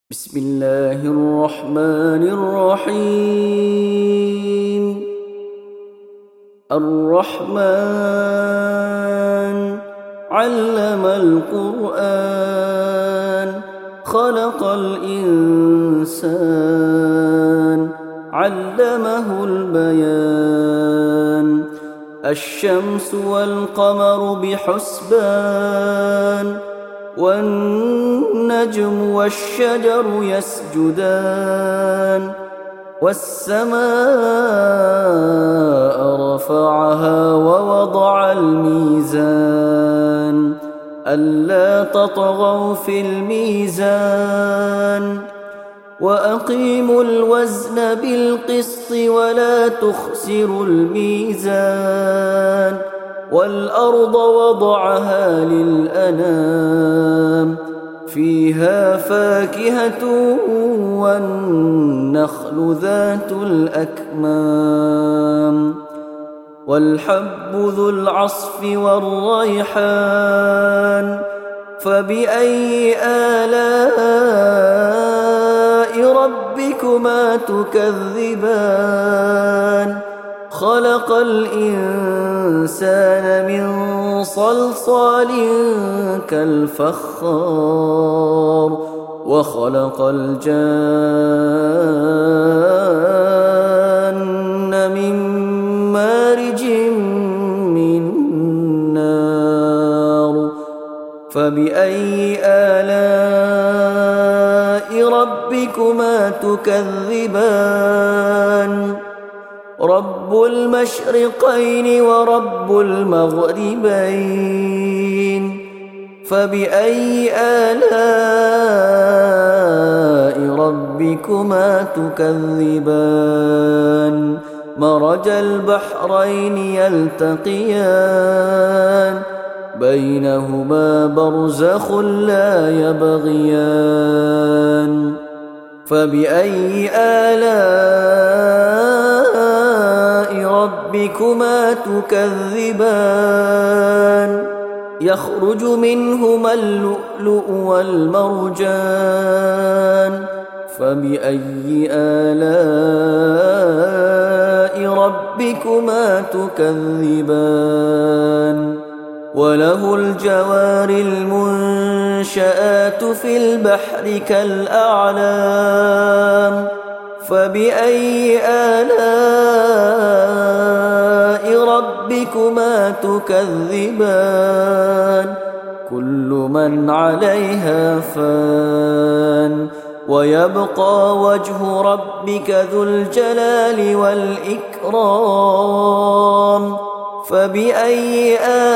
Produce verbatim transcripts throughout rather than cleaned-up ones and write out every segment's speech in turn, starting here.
بسم الله الرحمن الرحيم. الرحمن علم القرآن خلق الإنسان علمه البيان. الشمس والقمر بحسبان والنجم والشجر يسجدان. والسماء رفعها ووضع الميزان ألا تطغوا في الميزان وأقيموا الوزن بالقسط ولا تخسروا الميزان. والأرض وضعها للأنام فيها فاكهة والنخل ذات الأكمام والحب ذو العصف والريحان. فبأي آلاء ربكما تكذبان؟ خلق الإنسان من صلصال كالفخار وخلق الجان من مارج من نار. فبأي آلاء ربكما تكذبان؟ رب المشرقين ورب المغربين. فبأي آلاء ربكما تكذبان؟ مرج البحرين يلتقيان بينهما برزخ لا يبغيان. فبأي آلاء ربكما تكذبان؟ يخرج منهما اللؤلؤ والمرجان. فبأي آلاء ربكما تكذبان؟ وله الجوار المنشآت في البحر كالأعلام. فبأي آلاء ربكما تكذبان؟ كل من عليها فان ويبقى وجه ربك ذو الجلال والإكرام. فبأي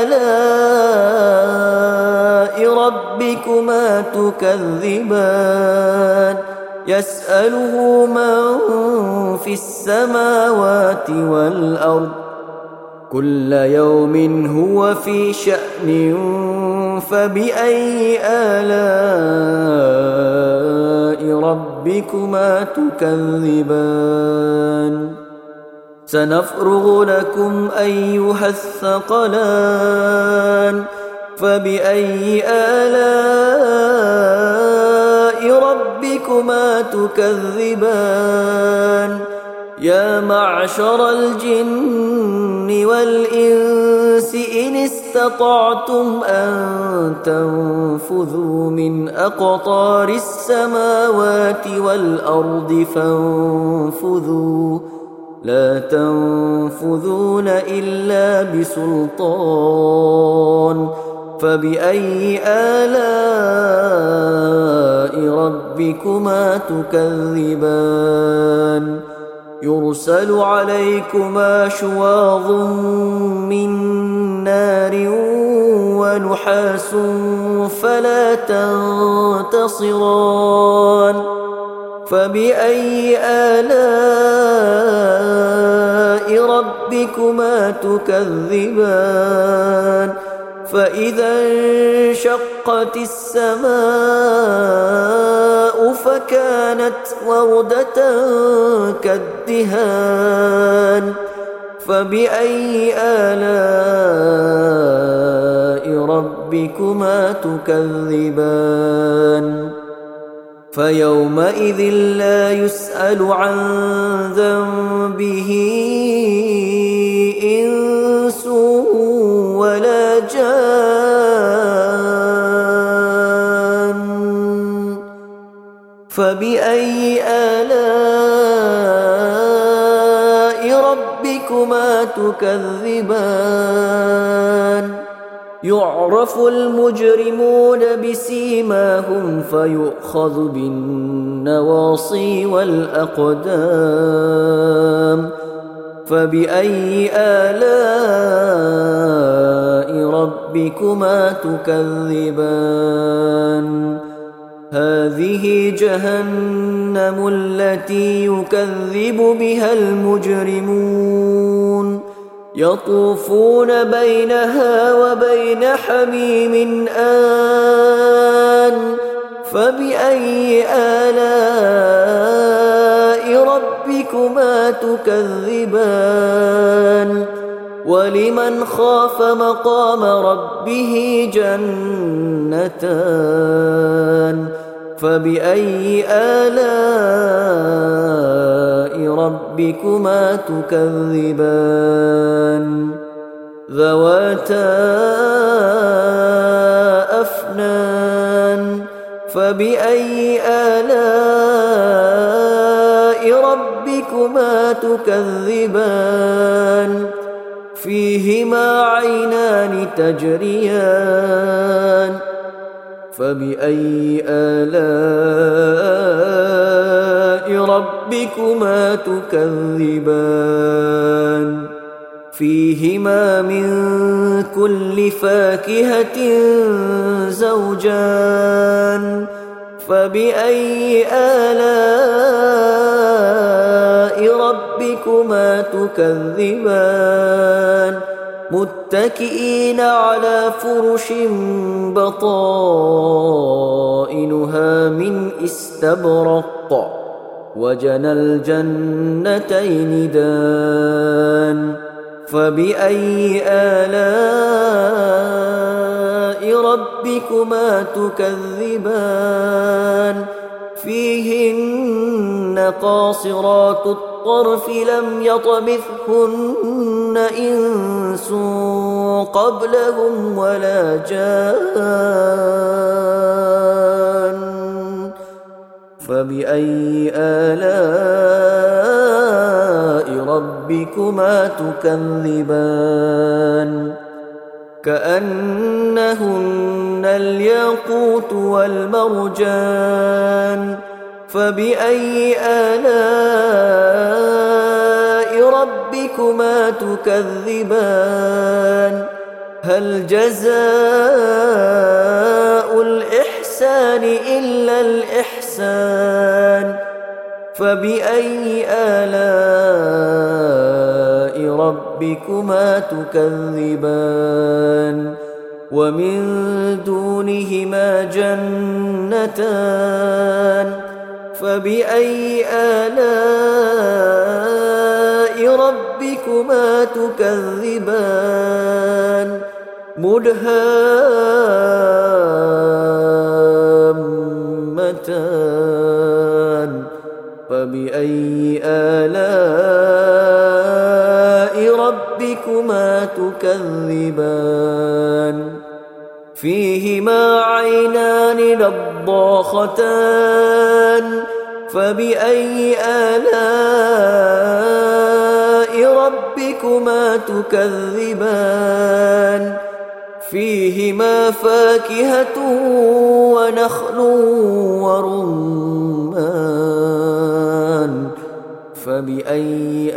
آلاء ربكما تكذبان؟ يسأله من في السماوات والأرض كل يوم هو في شأن. فبأي آلاء ربكما تكذبان؟ سنفرغ لكم أيها الثقلان. فبأي آلاء ربكما تكذبان؟ يا معشر الجن والإنس إن استطعتم أن تنفذوا من أقطار السماوات والأرض فانفذوا لا تنفذون إلا بسلطان. فبأي آلاء ربكما تكذبان؟ يرسل عليكما شواظ من نار ونحاس فلا تنتصران. فبأي آلاء ربكما تكذبان؟ فإذا انشقت السماء فكانت وردة كالدهان. فبأي آلاء ربكما تكذبان؟ فيومئذ لا يسأل عن ذنبه إنس ولا جان. فبأي آلاء ربكما تكذبان؟ يعرف المجرمون بسيماهم فيؤخذ بالنواصي والأقدام. فبأي آلاء ربكما تكذبان؟ هذه جهنم التي يكذب بها المجرمون يطوفون بينها وبين حميم آن. فبأي آلاء ربكما تكذبان؟ ولمن خاف مقام ربه جنتان. فبأي آلاء ربكما تكذبان؟ ذواتا أفنان. فبأي آلاء ربكما تكذبان؟ فيهما عينان تجريان. فبأي آلاء ربكما تكذبان؟ فيهما من كل فاكهة زوجان. فبأي آلاء ربكما تكذبان؟ متكئين على فرش بطائنها من استبرق وجنى الجنتين دان. فبأي آلاء ربكما تكذبان؟ فيهن قاصرات الطرف لم يطمثهن إنس قبلهم ولا جان. فبأي آلاء ربكما تكذبان؟ كأنهن الياقوت والمرجان. فبأي آلاء ربكما تكذبان؟ هل جزاء الإحسان إلا الإحسان؟ فبأي آلاء ربكما تكذبان؟ ومن دونهما جنتان. فبأي آلاء ربكما تكذبان؟ مدهامتان. فبأي آلاء ربكما تكذبان؟ فيهما عينان نضاختان. فبأي آلاء ربكما تكذبان؟ فيهما فاكهة ونخل ورمان. فبأي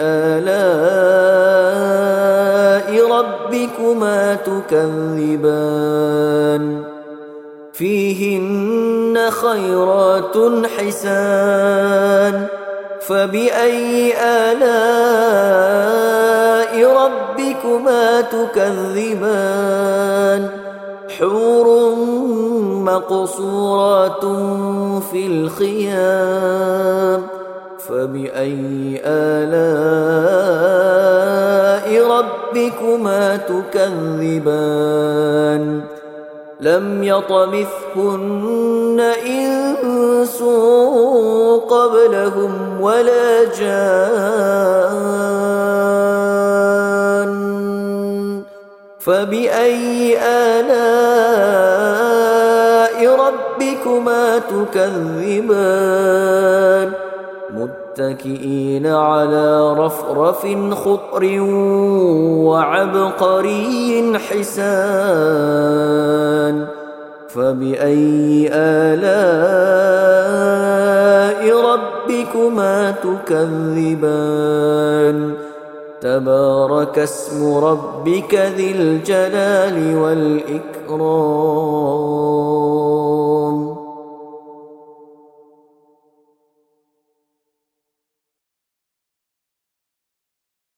آلاء ربكما تكذبان؟ فيهن خيرات حسان. فبأي آلاء ربكما تكذبان؟ حور مقصورات في الخيام. فبأي آلاء ربكما تكذبان؟ لم يطمثهن إنس لهم ولا جان فبأي آلاء ربكما تكذبان متكئين على رفرف خضر وعبقري حسان فبأي آلاء ربكما تكذبان تبارك اسم ربك ذي الجلال والإكرام